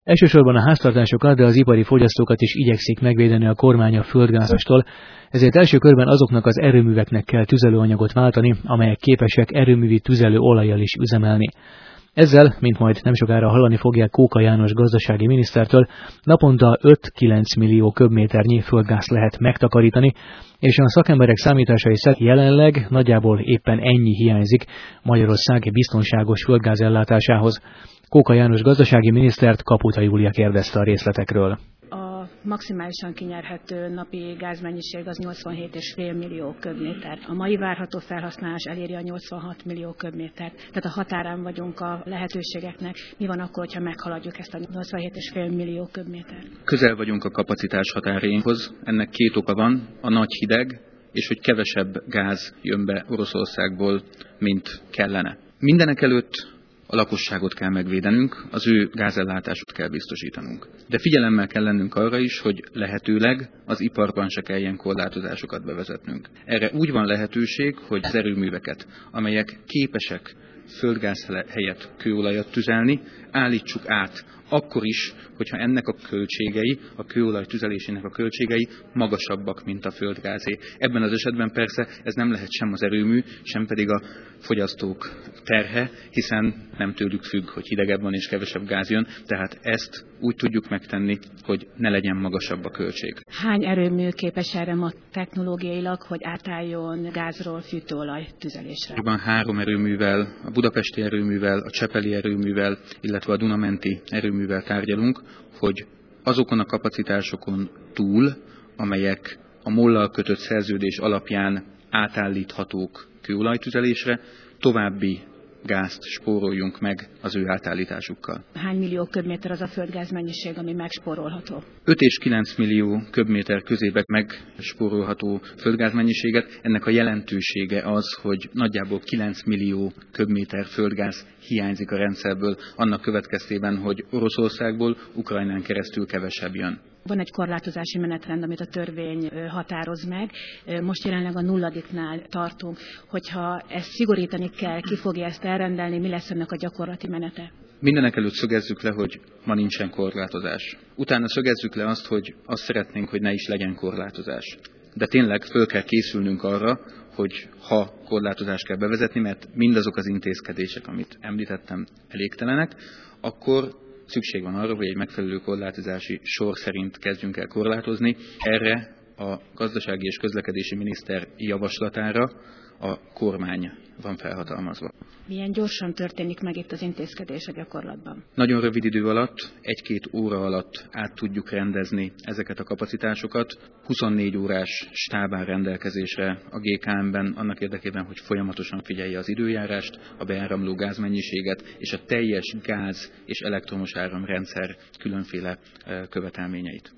Elsősorban a háztartásokat, de az ipari fogyasztókat is igyekszik megvédeni a kormány a földgázástól, ezért első körben azoknak az erőműveknek kell tüzelőanyagot váltani, amelyek képesek erőművi tüzelőolajjal is üzemelni. Ezzel, mint majd nem sokára hallani fogják Kóka János gazdasági minisztertől, naponta 5-9 millió köbméternyi földgázt lehet megtakarítani, és a szakemberek számításai szerint jelenleg nagyjából éppen ennyi hiányzik Magyarország biztonságos földgázellátásához. Kóka János gazdasági minisztert Kaputa Júlia kérdezte a részletekről. Maximálisan kinyerhető napi gázmennyiség az 87,5 millió köbméter. A mai várható felhasználás eléri a 86 millió köbmétert. Tehát a határán vagyunk a lehetőségeknek. Mi van akkor, ha meghaladjuk ezt a 87,5 millió köbmétert? Közel vagyunk a kapacitás határéhoz. Ennek két oka van, a nagy hideg, és hogy kevesebb gáz jön be Oroszországból, mint kellene. Mindenekelőtt a lakosságot kell megvédenünk, az ő gázellátásot kell biztosítanunk. De figyelemmel kell lennünk arra is, hogy lehetőleg az iparban se kelljen korlátozásokat bevezetnünk. Erre úgy van lehetőség, hogy az erőműveket, amelyek képesek földgáz helyett kőolajat tüzelni, állítsuk át, akkor is, hogyha ennek a költségei, a kőolaj tüzelésének a költségei magasabbak, mint a földgázé. Ebben az esetben persze ez nem lehet sem az erőmű, sem pedig a fogyasztók terhe, hiszen nem tőlük függ, hogy hidegebb van és kevesebb gáz jön, tehát ezt úgy tudjuk megtenni, hogy ne legyen magasabb a költség. Hány erőmű képes erre ma technológiailag, hogy átálljon gázról fűtőolaj tüzelésre? 3 erőművel, a budapesti erőművel, a csepeli erőművel, illetve a dunamenti erőművel tárgyalunk, hogy azokon a kapacitásokon túl, amelyek a MOL-lal kötött szerződés alapján átállíthatók kőolajtüzelésre, további gázt spóroljunk meg az ő átállításukkal. Hány millió köbméter az a földgáz mennyiség, ami megspórolható? 5 és 9 millió köbméter közébe megspórolható földgázmennyiséget. Ennek a jelentősége az, hogy nagyjából 9 millió köbméter földgáz hiányzik a rendszerből, annak következtében, hogy Oroszországból, Ukrajnán keresztül kevesebb jön. Van egy korlátozási menetrend, amit a törvény határoz meg. Most jelenleg a nulladiknál tartunk. Hogyha ezt szigorítani kell, ki fogja ezt elrendelni, mi lesz ennek a gyakorlati menete? Mindenekelőtt szögezzük le, hogy ma nincsen korlátozás. Utána szögezzük le azt, hogy azt szeretnénk, hogy ne is legyen korlátozás. De tényleg föl kell készülnünk arra, hogy ha korlátozást kell bevezetni, mert mindazok az intézkedések, amit említettem, elégtelenek, akkor szükség van arra, hogy egy megfelelő korlátozási sor szerint kezdjünk el korlátozni. Erre a gazdasági és közlekedési miniszter javaslatára a kormány van felhatalmazva. Milyen gyorsan történik meg itt az intézkedés a gyakorlatban? Nagyon rövid idő alatt, 1-2 óra alatt át tudjuk rendezni ezeket a kapacitásokat. 24 órás stáb áll rendelkezésre a GKM-ben annak érdekében, hogy folyamatosan figyelje az időjárást, a beáramló gázmennyiséget és a teljes gáz és elektromos áramrendszer különféle követelményeit.